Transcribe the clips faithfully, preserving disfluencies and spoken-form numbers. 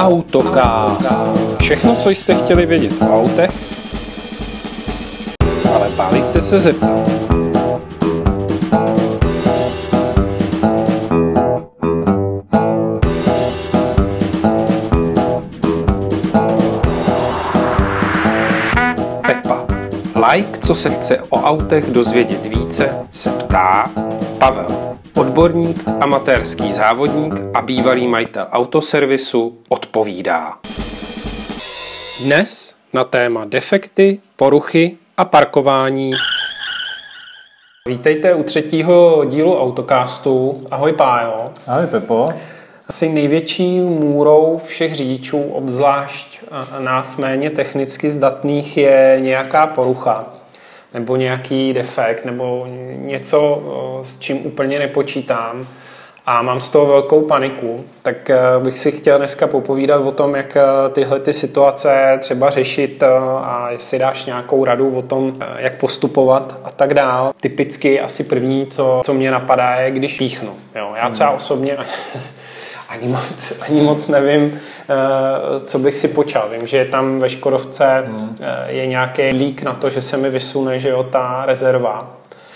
Autocast. Všechno, co jste chtěli vědět o autech, ale báli jste se zeptat. Pepa. Like, co se chce o autech dozvědět více, se ptá Pavel. Odborník, amatérský závodník a bývalý majitel autoservisu odpovídá. Dnes na téma defekty, poruchy a parkování. Vítejte u třetího dílu Autocastu. Ahoj Pájo. Ahoj Pepo. Asi největší můrou všech řidičů, obzvlášť nás méně technicky zdatných, je nějaká porucha nebo nějaký defekt, nebo něco, s čím úplně nepočítám a mám z toho velkou paniku, tak bych si chtěl dneska popovídat o tom, jak tyhle ty situace třeba řešit a jestli dáš nějakou radu o tom, jak postupovat a tak dál. Typicky asi první, co, co mě napadá, je, když píchnu. Jo, já třeba osobně ani moc, ani moc nevím, co bych si počal. Vím, že je tam ve Škodovce hmm. je nějaký lík na to, že se mi vysune, že jo, ta rezerva.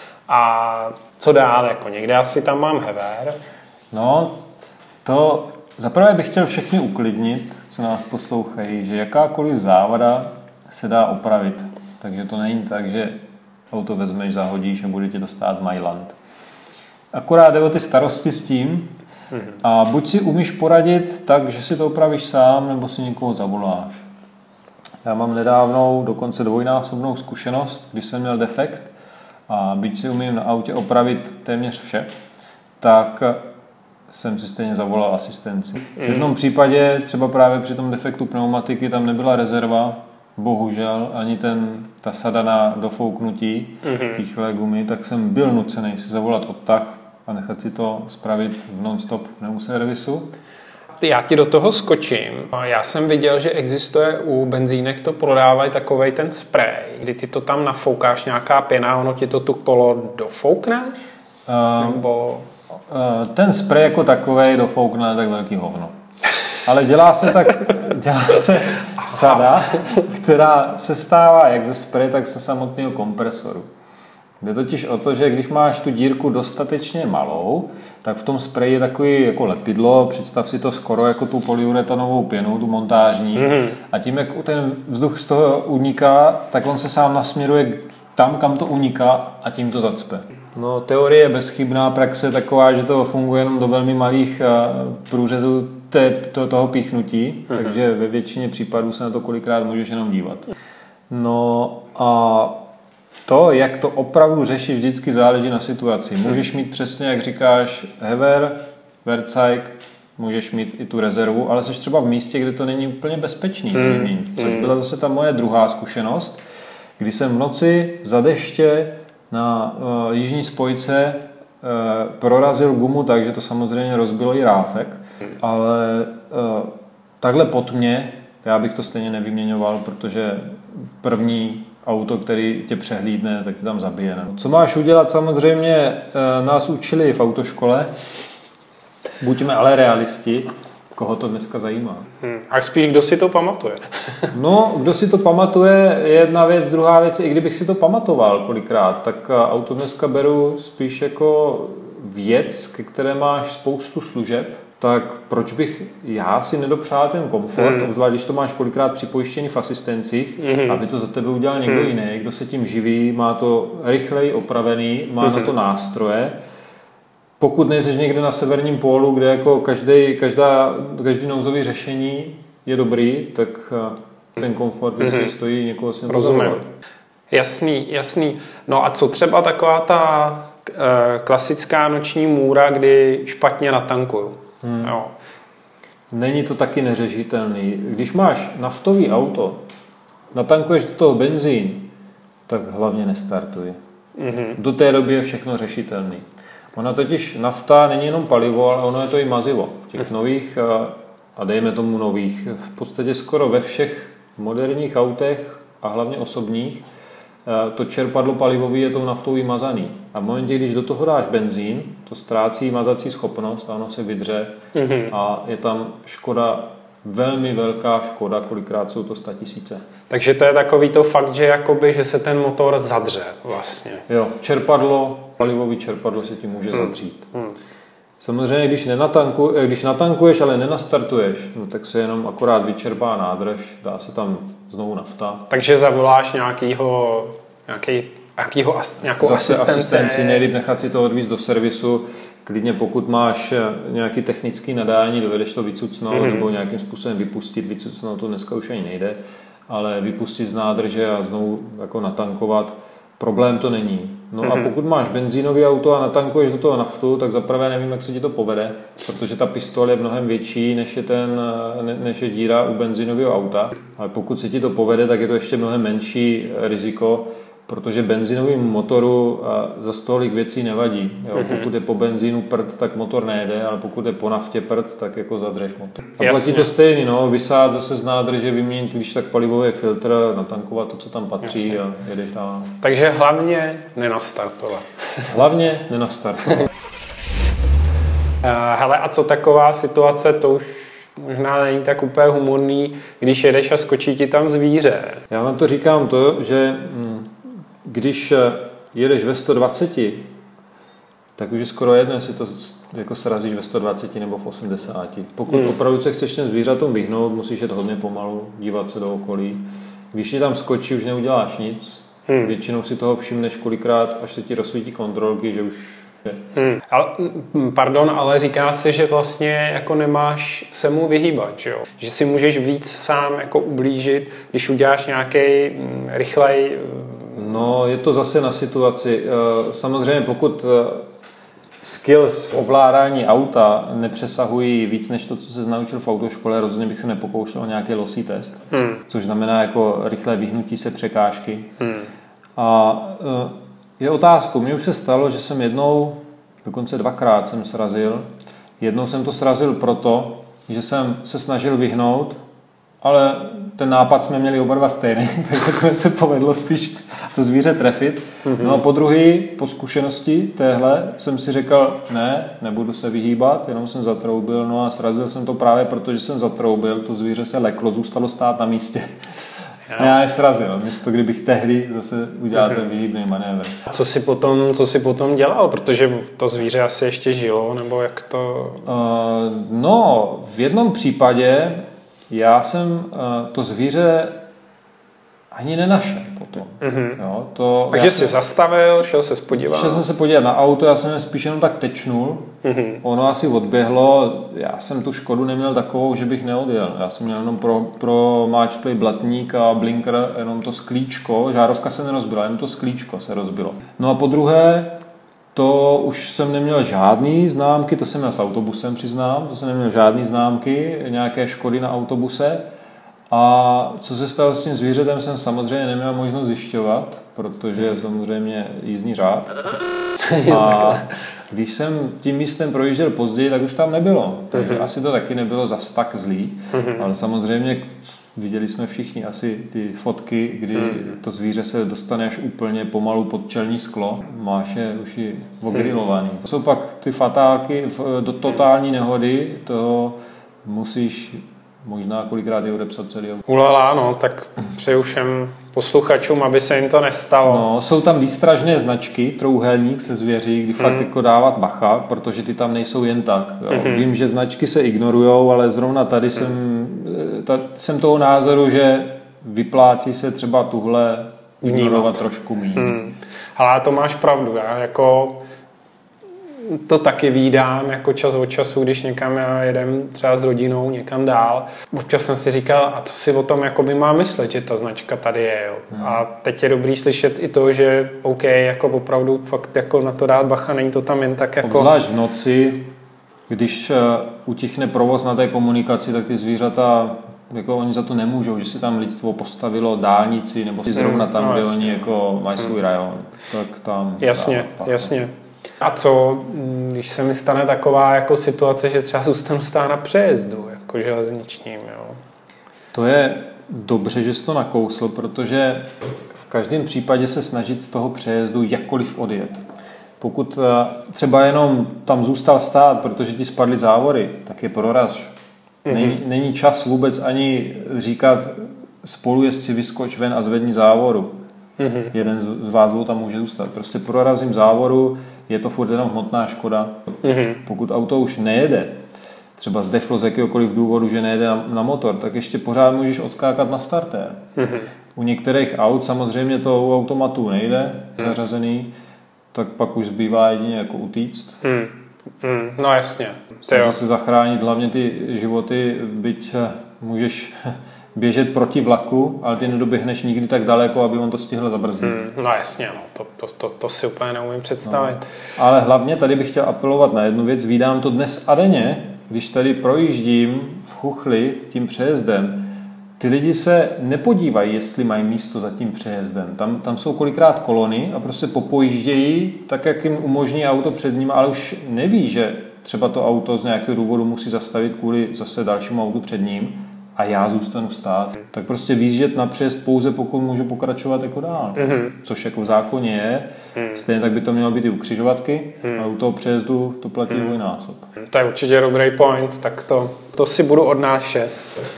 A co dál, jako někde asi tam mám hever. No, to zaprvé bych chtěl všechny uklidnit, co nás poslouchají, že jakákoliv závada se dá opravit. Takže to není tak, že auto vezmeš, zahodíš a bude tě to stát Mailand. Akorát jde o ty starosti s tím, a buď si umíš poradit tak, že si to opravíš sám, nebo si někoho zavoláš. Já mám nedávnou, dokonce dvojnásobnou zkušenost, když jsem měl defekt a byť si umím na autě opravit téměř vše, tak jsem si stejně zavolal asistenci. V jednom případě, třeba právě při tom defektu pneumatiky, tam nebyla rezerva, bohužel, ani ten, ta sada na dofouknutí píchlé gumy, tak jsem byl nucený si zavolat odtah a nechat si to spravit v non-stop pneumoservisu. Já ti do toho skočím. Já jsem viděl, že existuje u benzínek, to prodávají takovej ten sprej, kdy ty to tam nafoukáš, nějaká pěna, ono ti to tu kolo dofoukne? Um, Nebo... Uh, ten sprej jako takovej dofoukne tak velký hovno. Ale dělá se tak, dělá se sada, která se stává jak ze spreje, tak se samotného kompresoru. Jde totiž o to, že když máš tu dírku dostatečně malou, tak v tom spreji je takový jako lepidlo, představ si to skoro jako tu polyuretanovou pěnu, tu montážní, mm-hmm. a tím, jak ten vzduch z toho uniká, tak on se sám nasměruje tam, kam to uniká a tím to zacpe. No, teorie je bezchybná, praxe je taková, že to funguje jenom do velmi malých průřezů té, to, toho píchnutí, mm-hmm. takže ve většině případů se na to kolikrát můžeš jenom dívat. No a to, jak to opravdu řešit, vždycky záleží na situaci. Můžeš mít přesně, jak říkáš, hever, Werkzeug, můžeš mít i tu rezervu, ale jsi třeba v místě, kde to není úplně bezpečný. Mm. Což byla zase ta moje druhá zkušenost, kdy jsem v noci za deště na uh, jižní spojce uh, prorazil gumu tak, že to samozřejmě rozbilo i ráfek, ale uh, takhle pod mě, já bych to stejně nevyměňoval, protože první auto, který tě přehlídne, tak tě tam zabije. Ne? Co máš udělat? Samozřejmě nás učili v autoškole. Buďme ale realisti. Koho to dneska zajímá? Hmm. A spíš, kdo si to pamatuje? No, kdo si to pamatuje, je jedna věc. Druhá věc, i kdybych si to pamatoval kolikrát, tak auto dneska beru spíš jako věc, ke které máš spoustu služeb. Tak proč bych já si nedopřál ten komfort, mm. obzvlášť když to máš kolikrát připojištěný v asistencích, mm. aby to za tebe udělal někdo mm. jiný, kdo se tím živí, má to rychleji opravený, má mm. na to nástroje. Pokud nejseš někde na severním pólu, kde jako každý, každá, každý nouzový řešení je dobrý, tak ten komfort, mm. který stojí, někoho si rozumím. Jasný, jasný. No a co třeba taková ta e, klasická noční můra, kdy špatně natankuju? Hmm. Jo. Není to taky neřešitelný. Když máš naftový auto, natankuješ do toho benzín, tak hlavně nestartuj. Mm-hmm. Do té doby je všechno řešitelný. Ona totiž nafta není jenom palivo, ale ono je to i mazivo. V těch nových, a dejme tomu nových, v podstatě skoro ve všech moderních autech a hlavně osobních, to čerpadlo palivový je tou naftou vymazaný. A v momentě, když do toho dáš benzín, to ztrácí mazací schopnost a ono se vydře mm-hmm. a je tam škoda velmi velká škoda, kolikrát jsou to statisíce. Takže to je takový to fakt, že, jakoby, že se ten motor zadře vlastně. Jo, čerpadlo, palivový čerpadlo se ti může hmm. zadřít. Hmm. Samozřejmě, když, nenatanku, když natankuješ, ale nenastartuješ, no, tak se jenom akorát vyčerpá nádrž, dá se tam znovu nafta. Takže zavoláš nějakýho, nějaký, nějakýho nějakou Zase asistenci. asistenci, nejlíp nechat si to odvízt do servisu. Klidně pokud máš nějaký technický nadání, dovedeš to vycucnout mm-hmm. nebo nějakým způsobem vypustit, vycucnout to dneska už ani nejde, ale vypustit z nádrže a znovu jako natankovat, problém to není. No mm-hmm. a pokud máš benzínový auto a natankuješ do toho naftu, tak zaprvé nevím, jak se ti to povede, protože ta pistole je mnohem větší, než je, ten, než je díra u benzínového auta, ale pokud se ti to povede, tak je to ještě mnohem menší riziko, protože benzínovým motoru za tolik věcí nevadí. Jo, mm-hmm. Pokud je po benzínu prd, tak motor nejede, ale pokud je po naftě prd, tak jako zadřeš motor. A Jasně. platí to stejný, no, vysát zase z nádrže, vyměnit když tak palivový filtr, natankovat to, co tam patří. Jasně. A jedeš dál. Takže hlavně nenastartovat. Hlavně nenastartovat. Hele, a co taková situace, to už možná není tak úplně humorný, když jedeš a skočí ti tam zvíře. Já vám to říkám to, že když jedeš ve sto dvacet, tak už je skoro jedno, jestli to jako srazíš ve sto dvacet nebo v osmdesát. Pokud hmm. opravdu se chceš těm zvířatům vyhnout, musíš jet hodně pomalu, dívat se do okolí. Když ti tam skočí, už neuděláš nic. Hmm. Většinou si toho všimneš kolikrát, až se ti rozsvítí kontrolky, že už Hmm. Ale, pardon, ale říká se, že vlastně jako nemáš se mu vyhýbat, že jo? Že si můžeš víc sám jako ublížit, když uděláš nějaký rychlej... No, je to zase na situaci. Samozřejmě pokud skills v ovládání auta nepřesahují víc než to, co se naučil v autoškole, rozhodně bych se nepokoušel o nějaký losí test, hmm. což znamená jako rychlé vyhnutí se překážky. Hmm. A je otázkou. Mně už se stalo, že jsem jednou, dokonce dvakrát jsem srazil. Jednou jsem to srazil proto, že jsem se snažil vyhnout, ale ten nápad jsme měli oba dva stejný, takže se povedlo spíš to zvíře trefit. Mm-hmm. No a po druhý, po zkušenosti téhle, jsem si řekl, ne, nebudu se vyhýbat, jenom jsem zatroubil, no a srazil jsem to právě proto, že jsem zatroubil, to zvíře se leklo, zůstalo stát na místě. A já je srazil, místo kdybych tehdy zase udělal ten výhybný manévr. Co jsi potom, co jsi potom dělal? Protože to zvíře asi ještě žilo, nebo jak to... Uh, no, v jednom případě já jsem uh, to zvíře ani nenašel potom. Mm-hmm. Jo, to, Takže jsem, jsi zastavil, šel se podívat. Šel jsem se podívat na auto, já jsem je spíš jenom tak tečnul. Mm-hmm. Ono asi odběhlo, já jsem tu škodu neměl takovou, že bych neodjel. Já jsem měl jenom pro, pro máčklý blatník a blinker, jenom to sklíčko, žárovka se nerozbila, jenom to sklíčko se rozbilo. No a po druhé, to už jsem neměl žádný známky, to jsem měl s autobusem, přiznám, to jsem neměl žádný známky, nějaké škody na autobuse. A co se stalo s tím zvířetem, jsem samozřejmě neměl možnost zjišťovat, protože je samozřejmě jízdní řád. A když jsem tím místem projížděl později, tak už tam nebylo. Takže uh-huh. asi to taky nebylo zas tak zlý. Uh-huh. Ale samozřejmě viděli jsme všichni asi ty fotky, kdy uh-huh. to zvíře se dostane až úplně pomalu pod čelní sklo. Máš je už i ogrilovaný. To jsou pak ty fatálky do totální nehody, toho musíš možná kolikrát je odepsat celý. Ulala, no, tak přeju všem posluchačům, aby se jim to nestalo. No, jsou tam výstražné značky, trouhelník se zvěří, kdy fakt mm. jako dávat bacha, protože ty tam nejsou jen tak. Jo. Mm-hmm. Vím, že značky se ignorujou, ale zrovna tady mm. jsem, ta, jsem toho názoru, že vyplácí se třeba tuhle ignorovat trošku míň. Mm. Ale to máš pravdu, já jako to taky vídám jako čas od času, když někam já jedem třeba s rodinou někam dál. Občas jsem si říkal, a co si o tom jakoby má myslet, že ta značka tady je. Jo. Hmm. A teď je dobrý slyšet i to, že OK, jako opravdu fakt jako na to dát bacha, není to tam jen tak jako... Obzvlášť v noci, když utichne provoz na té komunikaci, tak ty zvířata, jako oni za to nemůžou, že si tam lidstvo postavilo dálnici, nebo si zrovna tam, hmm, no, kde jasně. oni jako mají svůj rajon. Tak tam... Jasně, jasně. A co, když se mi stane taková jako situace, že třeba zůstanu stát na přejezdu, jako železničním, jo? To je dobře, že jsi to nakousl, protože v každém případě se snažit z toho přejezdu jakkoliv odjet. Pokud třeba jenom tam zůstal stát, protože ti spadly závory, tak je proraz Mm-hmm. Není, není čas vůbec ani říkat spolujezdci vyskoč ven a zvedni závoru. Mm-hmm. Jeden z vás tam může zůstat. Prostě prorazím závoru, je to furt jenom hmotná škoda. Mm-hmm. Pokud auto už nejede, třeba zdechlo z jakéhokoliv důvodu, že nejede na, na motor, tak ještě pořád můžeš odskákat na startér. Mm-hmm. U některých aut samozřejmě to u automatů nejde, mm. zařazený, tak pak už zbývá jedině jako utíct. Mm. Mm. No jasně. Snaží se zachránit hlavně ty životy, byť můžeš běžet proti vlaku, ale ty nedoběhneš nikdy tak daleko, aby on to stihl zabrzdit. Mm. No jasně, no. To, to, to, to si úplně neumím představit. No. Ale hlavně tady bych chtěl apelovat na jednu věc, vídám to dnes a denně, když tady projíždím v Chuchli tím přejezdem, ty lidi se nepodívají, jestli mají místo za tím přejezdem. Tam, tam jsou kolikrát kolony a prostě popojíždějí tak, jak jim umožní auto před ním, ale už neví, že třeba to auto z nějakého důvodu musí zastavit kvůli zase dalšímu autu před ním a já zůstanu stát. Tak prostě výjíždět na přejezd pouze, pokud můžu pokračovat jako dál. Mm-hmm. Což jako v zákoně je. Mm. Stejně tak by to mělo být i u křižovatky, mm. a u toho přejezdu to platí mm. dvojnásob. To je určitě dobrý point, tak to, to si budu odnášet.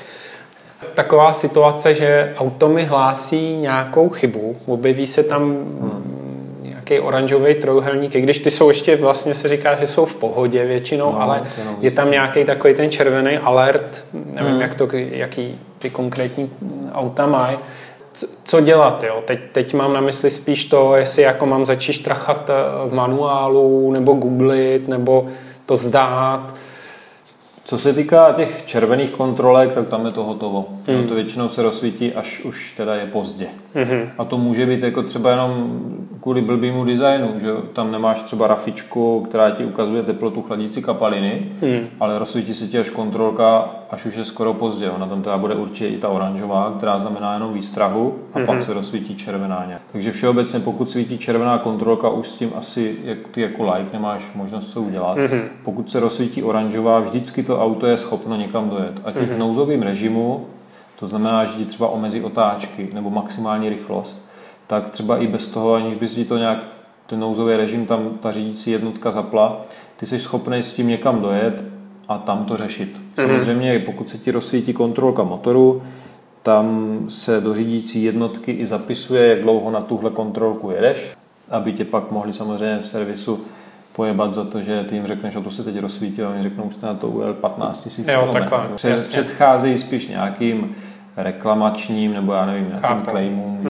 Taková situace, že auto mi hlásí nějakou chybu, objeví se tam hmm. nějaký oranžový trojúhelník, i když ty jsou ještě vlastně se říká, že jsou v pohodě většinou, no, ale je tam nějaký takový ten červený alert, nevím, hmm. jak to, jaký ty konkrétní auta mají. Co dělat, jo? Teď, teď mám na mysli spíš to, jestli jako mám začít štrachat v manuálu, nebo googlit, nebo to vzdát. Co se týká těch červených kontrolek, tak tam je to hotovo. Mm. To většinou se rozsvítí, až už teda je pozdě. Mm-hmm. A to může být jako třeba jenom kvůli blbýmu designu, že tam nemáš třeba rafičku, která ti ukazuje teplotu chladící kapaliny, mm. ale rozsvítí se ti až kontrolka, až už je skoro pozdě. Ona tam teda bude určitě i ta oranžová, která znamená jenom výstrahu a mm-hmm. pak se rozsvítí červená nějak. Takže všeobecně, pokud svítí červená kontrolka, už s tím asi jak ty jako like nemáš možnost co udělat. Mm-hmm. Pokud se rozsvítí oranžová, vždycky to auto je schopno někam dojet. Ať už mm-hmm. v nouzovém režimu, to znamená, že ti třeba omezí otáčky nebo maximální rychlost, tak třeba i bez toho, aniž bys ti to nějak, ten nouzový režim, tam ta řídící jednotka zapla, ty jsi schopný s tím někam dojet a tam to řešit. Mm-hmm. Samozřejmě, pokud se ti rozsvítí kontrolka motoru, tam se do řídící jednotky i zapisuje, jak dlouho na tuhle kontrolku jedeš, aby tě pak mohli samozřejmě v servisu pojebat za to, že ty jim řekneš, že to se teď rozsvítilo, a oni řeknou, že jste na to ujel patnáct tisíc kilometrů. Před, předcházejí spíš nějakým reklamačním nebo já nevím, nějakým Chápu. claimům.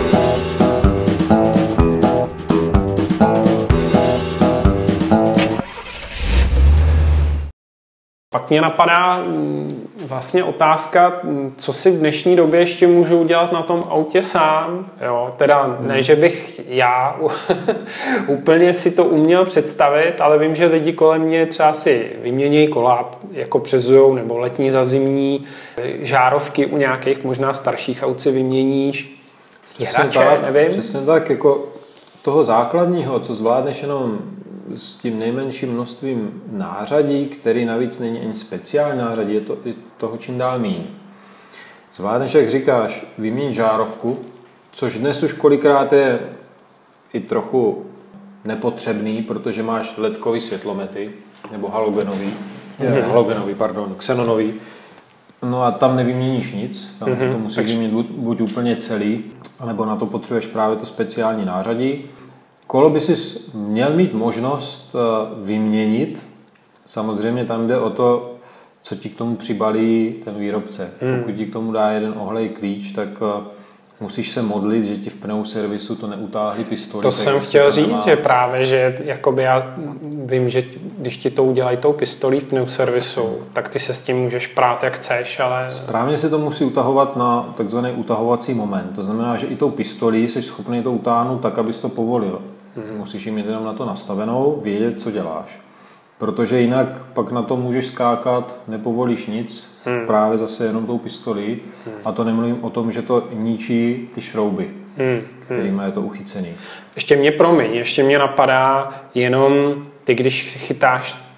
Pak mě napadá vlastně otázka, co si v dnešní době ještě můžu udělat na tom autě sám. Jo, teda ne, že bych já úplně si to uměl představit, ale vím, že lidi kolem mě třeba si vyměnějí kola, jako přezujou, nebo letní za zimní, žárovky u nějakých možná starších aut si vyměníš, stěrače, nevím. Přesně tak, jako toho základního, co zvládneš jenom s tím nejmenším množstvím nářadí, který navíc není ani speciální nářadí, je to i toho čím dál míň. Zvládneš, jak říkáš, vyměnit žárovku, což dnes už kolikrát je i trochu nepotřebný, protože máš ledkový světlomety, nebo halogenový, mm-hmm. halogenový, pardon, xenonový. No a tam nevyměníš nic, tam mm-hmm. to musíš Takže... vyměnit buď, buď úplně celý, nebo na to potřebuješ právě to speciální nářadí. Kolo by si měl mít možnost vyměnit. Samozřejmě tam jde o to, co ti k tomu přibalí ten výrobce. Hmm. Pokud ti k tomu dá jeden ohlej klíč, tak musíš se modlit, že ti v pneuservisu to neutáhli pistoli. To jsem chtěl říct, nemá... že právě, že jakoby já vím, že když ti to udělají tou pistolí v pneuservisu, tak ty se s tím můžeš prát jak chceš, ale... Správně se to musí utahovat na takzvaný utahovací moment. To znamená, že i tou pistolí jsi schopný to utáhnout tak, abys to povolil. Hmm. Musíš jim mít jenom na to nastavenou, vědět, co děláš. Protože jinak pak na to můžeš skákat, nepovolíš nic, hmm. právě zase jenom tou pistolí. Hmm. A to nemluvím o tom, že to ničí ty šrouby, hmm. kterými je to uchycený. Ještě mě promiň, ještě mě napadá jenom ty, když chytáš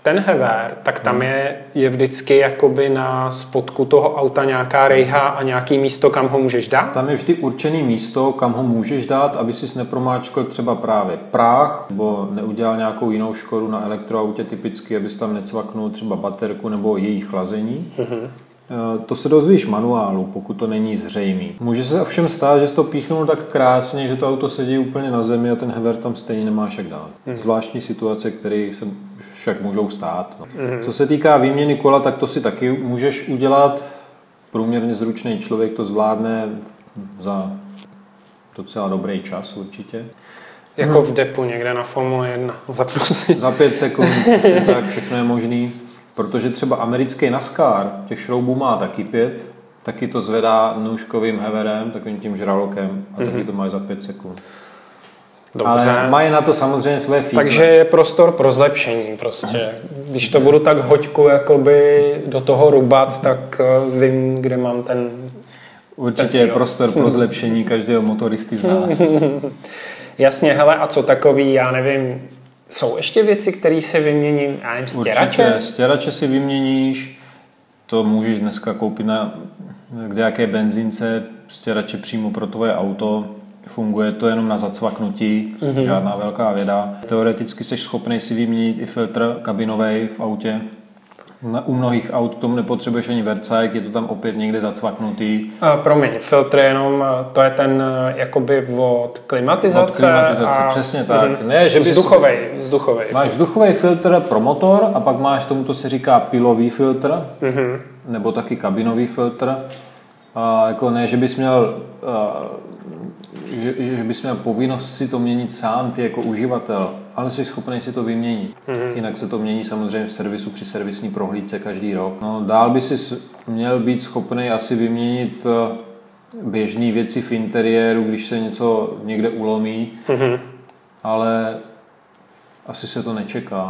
ten hever, tak tam je, je vždycky jakoby na spodku toho auta nějaká rejha a nějaký místo, kam ho můžeš dát? Tam je vždy určený místo, kam ho můžeš dát, aby si nepromáčkl třeba právě práh, nebo neudělal nějakou jinou škodu na elektroautě typicky, abys tam necvaknul třeba baterku nebo její chlazení. Mm-hmm. To se dozvíš manuálu, pokud to není zřejmý. Může se ovšem stát, že jsi to píchnul tak krásně, že to auto sedí úplně na zemi a ten hever tam stejně nemáš jak dát. Hmm. Zvláštní situace, které se však můžou stát. No. Hmm. Co se týká výměny kola, tak to si taky můžeš udělat. Průměrně zručný člověk to zvládne za docela dobrý čas určitě. Jako v depu někde na Formule jedna. Za, za pět sekund, tak všechno je možný. Protože třeba americký NASCAR těch šroubů má taky pět, taky to zvedá nůžkovým heverem, takovým tím žralokem a mm-hmm. taky to má za pět sekund. Dobře. Ale mají na to samozřejmě své feedback. Takže je prostor pro zlepšení prostě. Když to budu tak hoďku jakoby do toho rubat, tak vím, kde mám ten... Určitě je prostor pro zlepšení každého motoristy z nás. Jasně, hele, a co takový, já nevím... Jsou ještě věci, které si vyměním, já nevím, stěrače? Určitě, stěrače si vyměníš, to můžeš dneska koupit na kdejaké benzínce, stěrače přímo pro tvoje auto, funguje to jenom na zacvaknutí, mm-hmm. žádná velká věda. Teoreticky jsi schopný si vyměnit i filtr kabinový v autě. Na, u mnohých aut k tomu nepotřebuješ ani vercajk, je to tam opět někde zacvaknutý. Uh, promiň, filtr jenom, to je ten jakoby od klimatizace. Od klimatizace, a... přesně tak. Uh-huh. Ne, že vzduchovej, vzduchovej. Máš vzduchový filtr pro motor a pak máš, tomuto se říká pilový filtr, uh-huh. nebo taky kabinový filtr. A jako ne, že bys měl... Uh, Že, že bys měl povinnost si to měnit sám, ty jako uživatel, ale jsi schopný si to vyměnit. Mm-hmm. Jinak se to mění samozřejmě v servisu při servisní prohlídce každý rok. No, dál by si měl být schopný asi vyměnit běžné věci v interiéru, když se něco někde ulomí, mm-hmm. ale asi se to nečeká.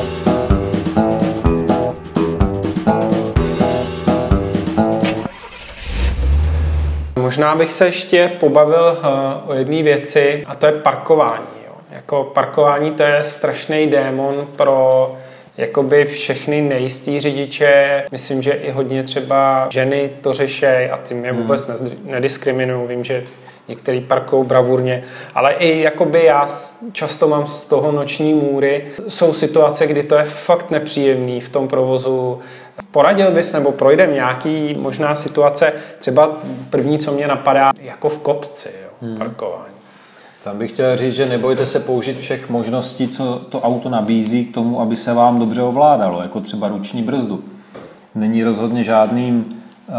Možná bych se ještě pobavil uh, o jedné věci, a to je parkování. Jo. Jako parkování to je strašný démon pro jakoby všechny nejistý řidiče. Myslím, že i hodně třeba ženy to řešej a tím je vůbec hmm. nediskriminuju. Vím, že některý parkují bravurně, ale i jakoby já často mám z toho noční můry. Jsou situace, kdy to je fakt nepříjemný v tom provozu. Poradil bys nebo projdem nějaký možná situace, třeba první, co mě napadá, jako v kopci, jo, hmm. parkování. Tam bych chtěl říct, že nebojte se použít všech možností, co to auto nabízí k tomu, aby se vám dobře ovládalo, jako třeba ruční brzdu. Není rozhodně žádným uh,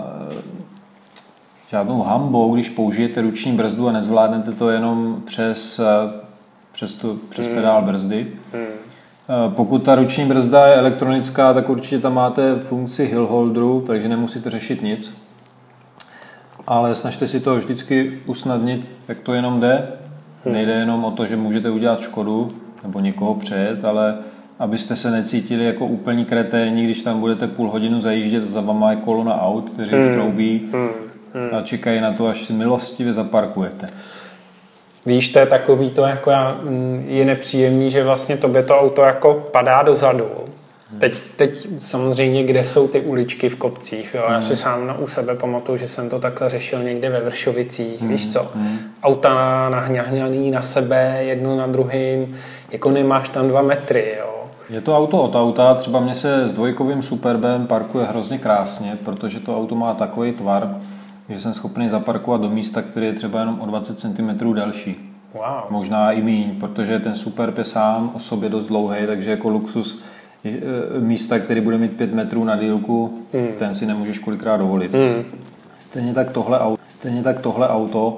žádnou hambou, když použijete ruční brzdu a nezvládnete to jenom přes, uh, přes, tu, přes hmm. pedál brzdy. Hmm. Pokud ta ruční brzda je elektronická, tak určitě tam máte funkci hill holderu, takže nemusíte řešit nic. Ale snažte si to vždycky usnadnit, jak to jenom jde. Hmm. Nejde jenom o to, že můžete udělat škodu nebo někoho přejet, ale abyste se necítili jako úplní kreténi, když tam budete půl hodinu zajíždět, za váma je kolona aut, kteří hmm. už troubí hmm. Hmm. a čekají na to, až si milostivě zaparkujete. Víš, to je takový to, jako já, je nepříjemný, že vlastně tobě to auto jako padá dozadu. Hmm. Teď, teď samozřejmě, kde jsou ty uličky v kopcích. Jo? Hmm. Já si sám na, u sebe pamatuju, že jsem to takhle řešil někde ve Vršovicích. Hmm. Víš co? Hmm. Auta nahňahňaný na sebe, jedno na druhým, jako nemáš tam dva metry. Jo? Je to auto od auta, třeba mně se s dvojkovým Superbem parkuje hrozně krásně, protože to auto má takový tvar, že jsem schopný zaparkovat do místa, který je třeba jenom o dvacet centimetrů delší. Wow. Možná i míň, protože ten Superb je sám o sobě dost dlouhý, takže jako luxus je, e, místa, který bude mít pět metrů na dílku, hmm. ten si nemůžeš kolikrát dovolit. Hmm. Stejně tak tohle auto, stejně tak tohle auto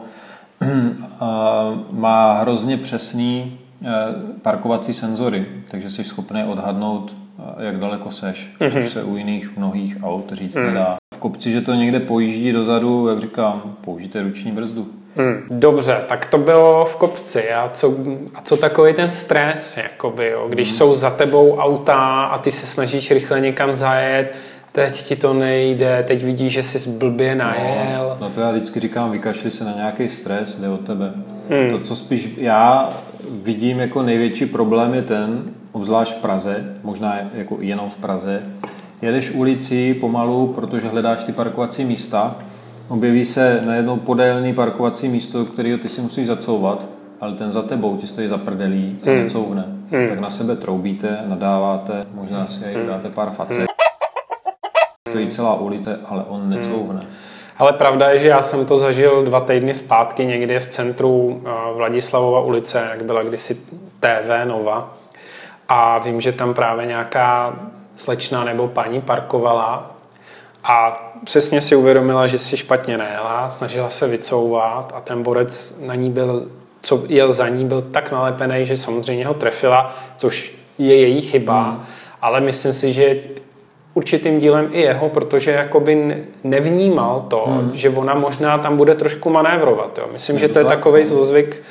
má hrozně přesný e, parkovací senzory, takže jsi schopný odhadnout, jak daleko seš, což mm-hmm. se u jiných mnohých aut říct mm. nedá. V kopci, že to někde pojíždí dozadu, jak říkám, použijte ruční brzdu. Mm. Dobře, tak to bylo v kopci. A co, a co takový ten stres, jakoby, jo? Když mm. jsou za tebou auta a ty se snažíš rychle někam zajet, teď ti to nejde, teď vidíš, že jsi blbě najel. No, no to já vždycky říkám, vykašli se na nějaký stres, jde o tebe. Mm. To, co spíš já vidím jako největší problém je ten, obzvlášť v Praze, možná jako jenom v Praze, jedeš ulici pomalu, protože hledáš ty parkovací místa, objeví se najednou podélný parkovací místo, kterého ty si musíš zacouvat, ale ten za tebou ti stojí za prdelí a hmm. necouhne. Hmm. Tak na sebe troubíte, nadáváte, možná si aj dáte pár facek. Stojí celá ulice, ale on necouhne. Ale pravda je, že já jsem to zažil dva týdny zpátky někde v centru Vladislavova ulice, jak byla kdysi T V Nova. A vím, že tam právě nějaká slečna nebo paní parkovala a přesně si uvědomila, že si špatně nejela, snažila se vycouvat a ten borec na ní byl, co jel za ní, byl tak nalepený, že samozřejmě ho trefila, což je její chyba, hmm. ale myslím si, že určitým dílem i jeho, protože jakoby nevnímal to, hmm. že ona možná tam bude trošku manévrovat. Jo. Myslím, je že to, to je tak, takovej zlozvyk.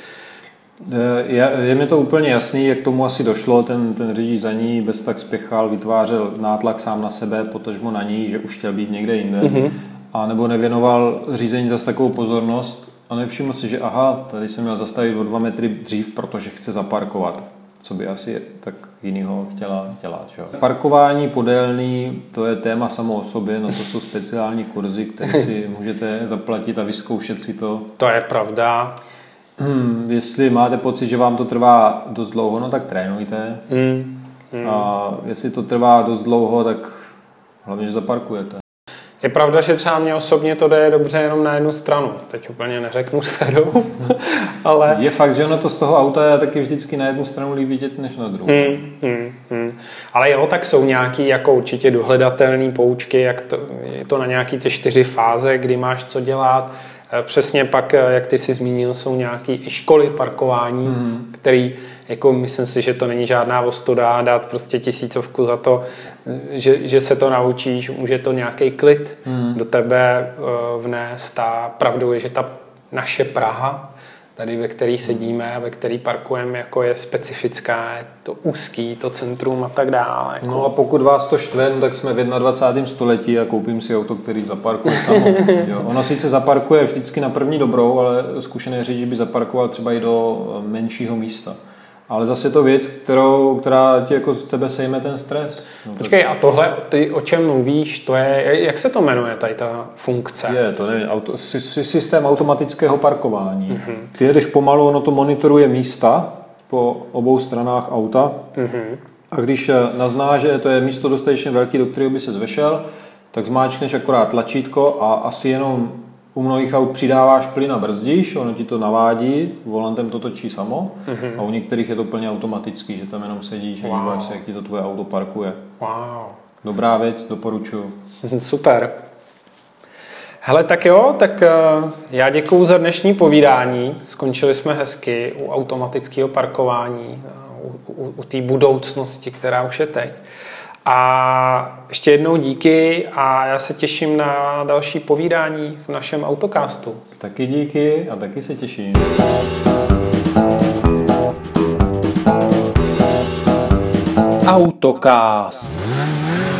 Je, je mi to úplně jasný, jak tomu asi došlo. Ten, ten řidič za ní bez tak spěchal, vytvářel nátlak sám na sebe, potažmo na ní, že už chtěl být někde jinde. Mm-hmm. A nebo nevěnoval řízení zas takovou pozornost a nevšiml si, že aha, tady jsem měl zastavit o dva metry dřív, protože chce zaparkovat. Co by asi tak jinýho chtěla dělat. Čo? Parkování podélný, to je téma samo o sobě, no to jsou speciální kurzy, které si můžete zaplatit a vyzkoušet si to. To je pravda. Hmm, jestli máte pocit, že vám to trvá dost dlouho, no tak trénujte. Hmm. Hmm. A jestli to trvá dost dlouho, tak hlavně, že zaparkujete. Je pravda, že třeba mě osobně to jde dobře jenom na jednu stranu. Teď úplně neřeknu kterou, ale... Je fakt, že ono to z toho auta je taky vždycky na jednu stranu líp vidět, než na druhou. Hmm, hmm, hmm. Ale jo, tak jsou nějaký jako určitě dohledatelné poučky, jak to, je to na nějaký ty čtyři fáze, kdy máš co dělat. Přesně pak, jak ty jsi zmínil, jsou nějaké školy parkování, hmm. který, jako myslím si, že to není žádná ostuda dát prostě tisícovku za to, že, že se to naučíš, může to nějaký klid hmm. do tebe vnést. A pravdou je, že ta naše Praha, tady ve který sedíme a ve který parkujeme, jako je specifická, je to úzký, to centrum a tak dále. Jako... No a pokud vás to štve, tak jsme v dvacátém prvním století a koupím si auto, který zaparkuje samo. Jo. Ono sice zaparkuje vždycky na první dobrou, ale zkušený řidič by zaparkoval třeba i do menšího místa. Ale zase je to věc, kterou, která ti jako z tebe sejme ten stres. No, Počkej, a tohle, ty o čem mluvíš, to je, jak se to jmenuje, tady ta funkce? Je, to nevím, auto, systém automatického parkování. Mm-hmm. Ty jedeš pomalu, ono to monitoruje místa po obou stranách auta mm-hmm. a když nazná, že to je místo dostatečně velký, do kterého by se zvešel, tak zmáčkneš akorát tlačítko a asi jenom u mnohých aut přidáváš plyn a brzdíš, ono ti to navádí, volantem to točí samo mm-hmm. a u některých je to plně automatický, že tam jenom sedíš a wow. díváš se, jak ti to tvoje auto parkuje. Wow. Dobrá věc, doporučuji. Super. Hele, tak jo, tak já děkuju za dnešní povídání. Skončili jsme hezky u automatického parkování, u, u, u té budoucnosti, která už je teď. A ještě jednou díky a já se těším na další povídání v našem Autocastu. Taky díky a taky se těším. Autocast.